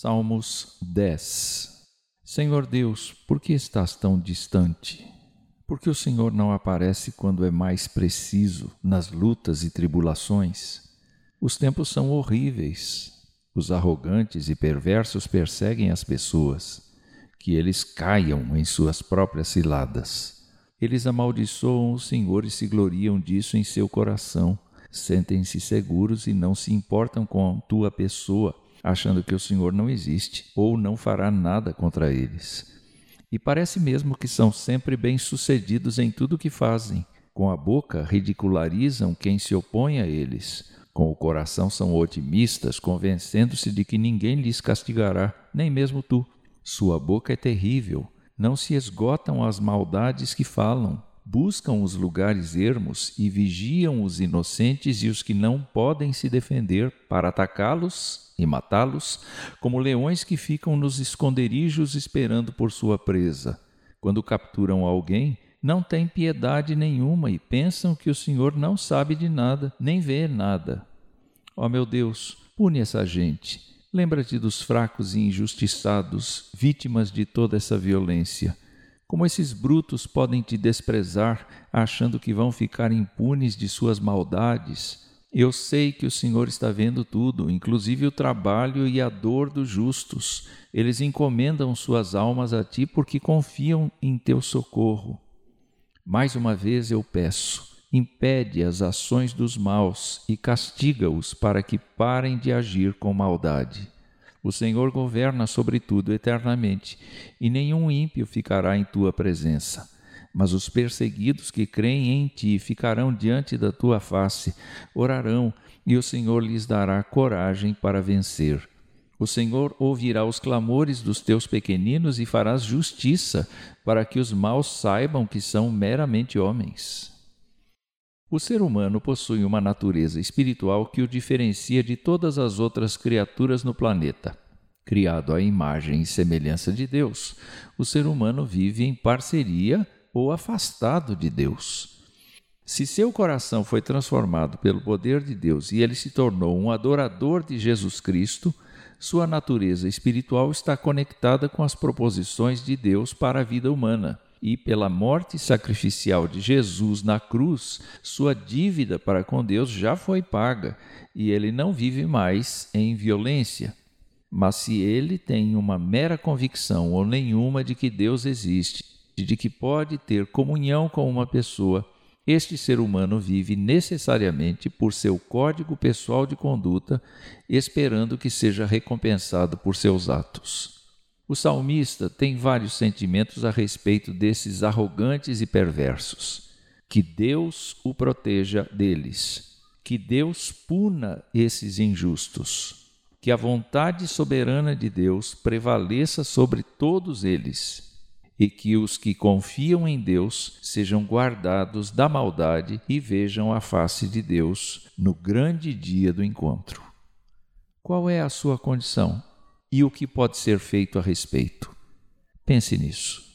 Salmos 10. Senhor Deus, por que estás tão distante? Por que o Senhor não aparece quando é mais preciso nas lutas e tribulações? Os tempos são horríveis. Os arrogantes e perversos perseguem as pessoas, que eles caiam em suas próprias ciladas. Eles amaldiçoam o Senhor e se gloriam disso em seu coração. Sentem-se seguros e não se importam com a tua pessoa, achando que o Senhor não existe ou não fará nada contra eles. E parece mesmo que são sempre bem-sucedidos em tudo o que fazem. Com a boca ridicularizam quem se opõe a eles. Com o coração são otimistas, convencendo-se de que ninguém lhes castigará, nem mesmo tu. Sua boca é terrível, não se esgotam as maldades que falam. Buscam os lugares ermos e vigiam os inocentes e os que não podem se defender, para atacá-los e matá-los, como leões que ficam nos esconderijos esperando por sua presa. Quando capturam alguém, não têm piedade nenhuma e pensam que o Senhor não sabe de nada, nem vê nada. Ó meu Deus, pune essa gente. Lembra-te dos fracos e injustiçados, vítimas de toda essa violência. Como esses brutos podem te desprezar, achando que vão ficar impunes de suas maldades? Eu sei que o Senhor está vendo tudo, inclusive o trabalho e a dor dos justos. Eles encomendam suas almas a ti porque confiam em teu socorro. Mais uma vez eu peço, impede as ações dos maus e castiga-os para que parem de agir com maldade. O Senhor governa sobre tudo eternamente, e nenhum ímpio ficará em tua presença. Mas os perseguidos que creem em ti ficarão diante da tua face, orarão, e o Senhor lhes dará coragem para vencer. O Senhor ouvirá os clamores dos teus pequeninos e farás justiça, para que os maus saibam que são meramente homens. O ser humano possui uma natureza espiritual que o diferencia de todas as outras criaturas no planeta. Criado à imagem e semelhança de Deus, o ser humano vive em parceria ou afastado de Deus. Se seu coração foi transformado pelo poder de Deus e ele se tornou um adorador de Jesus Cristo, sua natureza espiritual está conectada com as proposições de Deus para a vida humana. E pela morte sacrificial de Jesus na cruz, sua dívida para com Deus já foi paga e ele não vive mais em violência. Mas se ele tem uma mera convicção ou nenhuma de que Deus existe e de que pode ter comunhão com uma pessoa, este ser humano vive necessariamente por seu código pessoal de conduta, esperando que seja recompensado por seus atos. O salmista tem vários sentimentos a respeito desses arrogantes e perversos. Que Deus o proteja deles. Que Deus puna esses injustos. Que a vontade soberana de Deus prevaleça sobre todos eles. E que os que confiam em Deus sejam guardados da maldade e vejam a face de Deus no grande dia do encontro. Qual é a sua condição? E o que pode ser feito a respeito? Pense nisso.